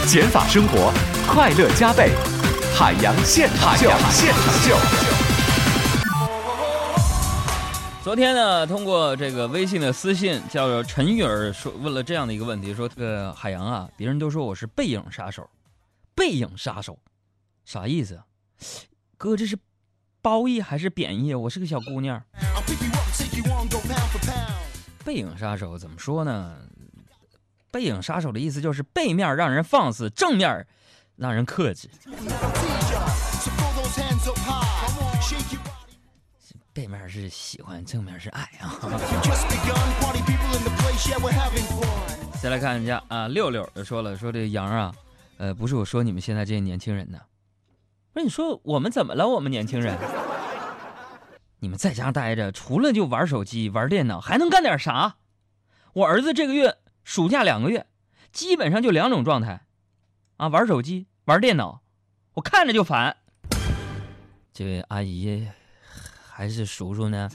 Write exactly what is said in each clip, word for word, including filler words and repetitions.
减法生活，快乐加倍。海洋现场秀，现场秀。 昨天呢，通过这个微信的私信，叫做陈玉儿说问了这样的一个问题，说这个海洋啊，别人都说我是背影杀手，背影杀手，啥意思啊？哥，这是褒义还是贬义？我是个小姑娘。背影杀手怎么说呢？背影杀手的意思就是背面让人放肆，正面让人克制。背面是喜欢，正面是爱啊。再来看人家啊，六六说了，说这杨啊，呃，不是我说你们现在这些年轻人呢，不是你说我们怎么了？我们年轻人，你们在家待着，除了就玩手机、玩电脑，还能干点啥？我儿子这个月暑假两个月，基本上就两种状态，啊，玩手机、玩电脑，我看着就烦。这位阿姨。还是叔叔呢？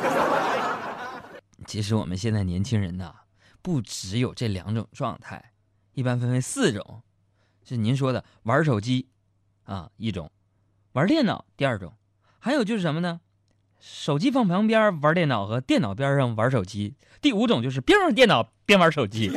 其实我们现在年轻人呐，不只有这两种状态，一般分为四种，是您说的玩手机啊一种，玩电脑第二种，还有就是什么呢？手机放旁边玩电脑和电脑边上玩手机，第五种就是边玩电脑边玩手机。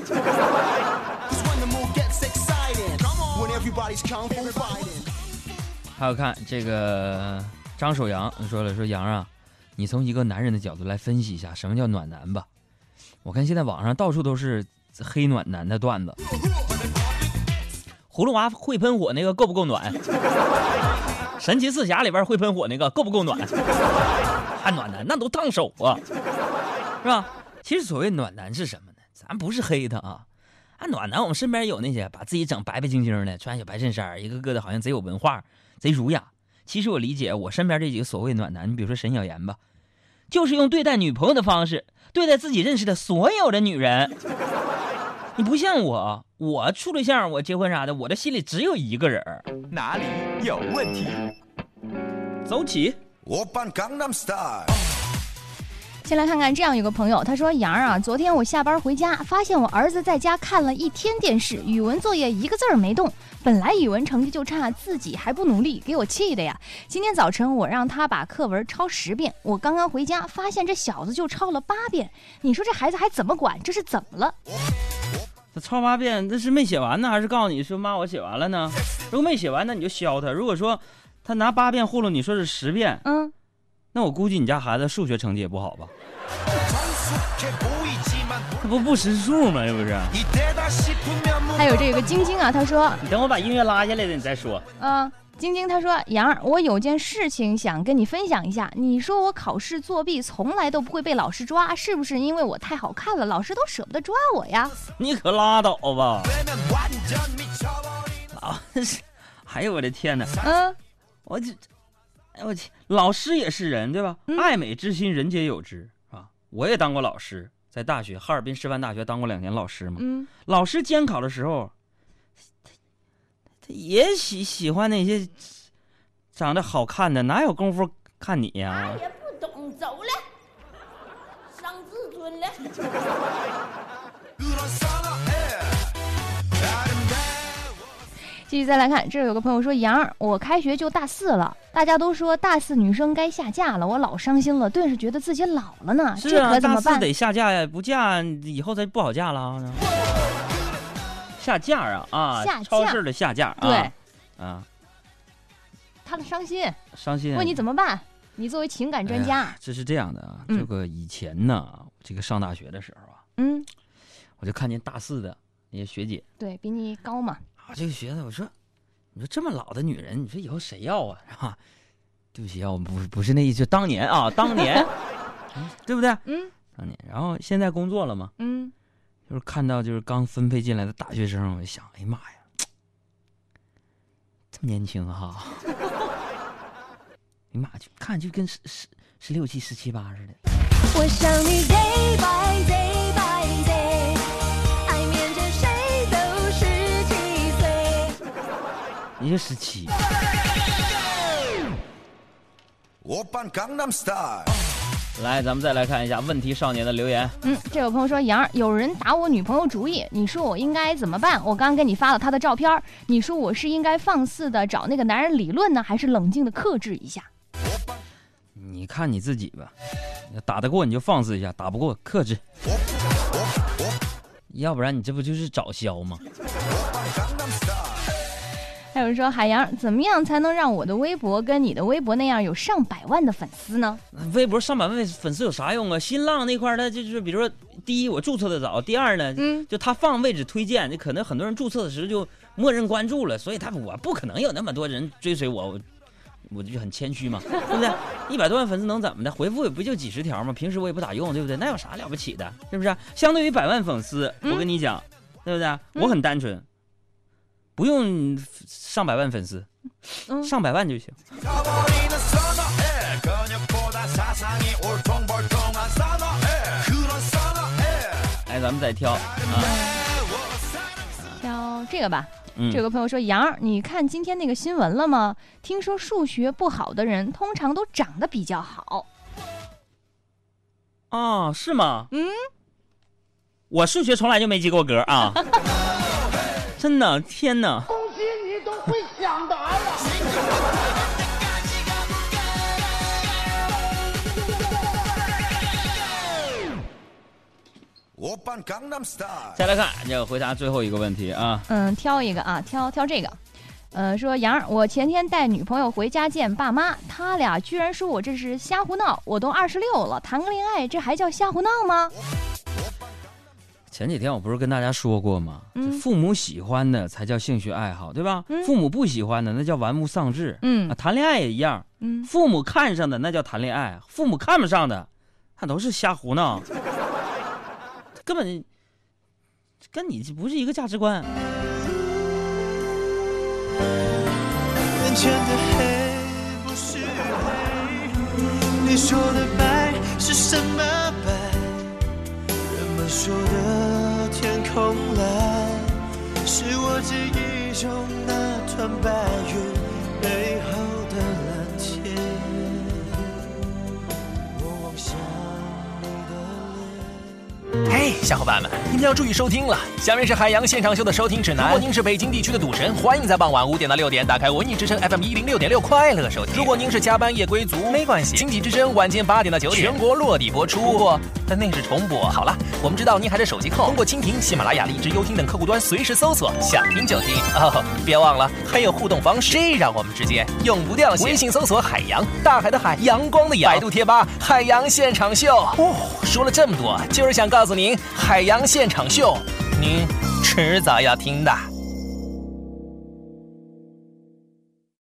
还有看这个。张守阳说了，说杨啊，你从一个男人的角度来分析一下什么叫暖男吧。我看现在网上到处都是黑暖男的段子。葫芦娃会喷火那个够不够暖？神奇四侠里边会喷火那个够不够暖？还暖男那都烫手啊，是吧？其实所谓暖男是什么呢？咱不是黑他啊，啊暖男我们身边有那些把自己整白白净净的，穿小白衬衫，一个个的好像贼有文化，贼儒雅。其实我理解我身边这几个所谓暖男，你比如说沈小妍吧，就是用对待女朋友的方式对待自己认识的所有的女人。你不像我，我处对象，我结婚啥的，我的心里只有一个人。 哪里有问题？ 走起。 先来看看这样有个朋友，他说杨啊，昨天我下班回家，发现我儿子在家看了一天电视，语文作业一个字儿没动。本来语文成绩就差，自己还不努力，给我气的呀！今天早晨我让他把课文抄十遍，我刚刚回家发现这小子就抄了八遍。你说这孩子还怎么管？这是怎么了？ 他抄八遍，这是没写完呢，还是告诉你说妈我写完了呢？如果没写完，那你就削他。如果说他拿八遍糊弄你说是十遍，嗯，那我估计你家孩子数学成绩也不好吧？他不不识数吗？是不是？ 还有这个晶晶啊，他说你等我把音乐拉下来了你再说。 嗯，晶晶他说杨儿，我有件事情想跟你分享一下。你说我考试作弊从来都不会被老师抓，是不是因为我太好看了，老师都舍不得抓我呀？ 你可拉倒吧！啊，哎呦我的天哪！嗯，我这，哎我去，老师也是人对吧？嗯、爱美之心人皆有之啊！我也当过老师。在大学哈尔滨师范大学当过两年老师嘛，嗯，老师监考的时候，他他也喜喜欢那些长得好看的，哪有功夫看你呀、啊？ 他也不懂，走了，伤自尊了。 继续再来看，这有个朋友说杨儿，我开学就大四了，大家都说大四女生该下嫁了，我老伤心了，顿时觉得自己老了呢。 是啊， 这可怎么办？ 大四得下嫁呀，不嫁以后再不好嫁了。下嫁啊啊！ 下超市的下嫁啊， 对啊， 他的伤心， 伤心。 问你怎么办？你作为情感专家， 哎、这是这样的啊，嗯、这个以前呢，这个上大学的时候啊，嗯，我就看见大四的那些学姐， 对比你高嘛。 啊，这个学子，我说，你说这么老的女人，你说以后谁要啊？啊，对不起啊，我不是不是那意思，就当年啊，当年，对不对？嗯，当年。然后现在工作了嘛，嗯，就是看到就是刚分配进来的大学生，我就想，哎呀妈呀，这么年轻哈、啊，哎妈，就看就跟十十十六七、十七八似的。 我想你 day by day by day， 爱面见谁都十七岁。 你就十七。 来，咱们再来看一下问题少年的留言。 嗯，这有朋友说，杨儿，有人打我女朋友主意，你说我应该怎么办？我刚给你发了他的照片，你说我是应该放肆的找那个男人理论呢，还是冷静的克制一下？ 你看你自己吧，打得过你就放肆一下，打不过克制，要不然你这不就是找削吗？ 还有人说，海洋，怎么样才能让我的微博跟你的微博那样有上百万的粉丝呢？ 微博上百万粉丝有啥用啊？新浪那块儿，它就是比如说，第一我注册的早，第二呢，嗯，就他放位置推荐，就可能很多人注册的时候就默认关注了，所以他我不可能有那么多人追随我，我我就很谦虚嘛，对不对？一百多万粉丝能怎么的？回复也不就几十条吗？平时我也不咋用，对不对？那有啥了不起的？是不是？相对于百万粉丝，嗯、我跟你讲，对不对？我很单纯。不用上百万粉丝，嗯、上百万就行。哎，咱们再挑啊， 挑这个吧。嗯、这个朋友说：“杨儿，你看今天那个新闻了吗？听说数学不好的人通常都长得比较好。” 哦，是吗？ 嗯， 我数学从来就没及过格啊。真的，天哪！ 恭喜你都会抢答呀！ 再来看，就回答最后一个问题啊。 嗯，挑一个啊，挑挑这个。呃，说杨儿，我前天带女朋友回家见爸妈，他俩居然说我这是瞎胡闹。我都二十六了，谈个恋爱，这还叫瞎胡闹吗？ 前几天我不是跟大家说过吗？嗯、父母喜欢的才叫兴趣爱好，对吧？ 嗯、 父母不喜欢的那叫玩物丧志。 嗯、 啊，谈恋爱也一样。 嗯， 父母看上的那叫谈恋爱，父母看不上的，那都是瞎胡闹，根本跟你不是一个价值观。 眼前的黑不是黑，你说的白是什么白？人们说的天空蓝，是我记忆中那团白云背后的蓝天。我望向你的脸。 嘿，小伙伴们，你们要注意收听了。下面是海洋现场秀的收听指南。如果您是北京地区的赌神，欢迎在傍晚五点到六点打开文艺之声 F M 一零六点六快乐收听。如果您是加班夜归族，没关系，经济之声晚间八点到九点全国落地播出。不过，但那是重播。好了，我们知道您还是手机控，通过蜻蜓、喜马拉雅、荔枝、优听等客户端随时搜索，想听就听哦。别忘了还有互动方式，这让我们之间永不掉线。微信搜索海洋，大海的海，阳光的阳；百度贴吧海洋现场秀。哦，说了这么多，就是想告诉您，海洋现场秀，您迟早要听的。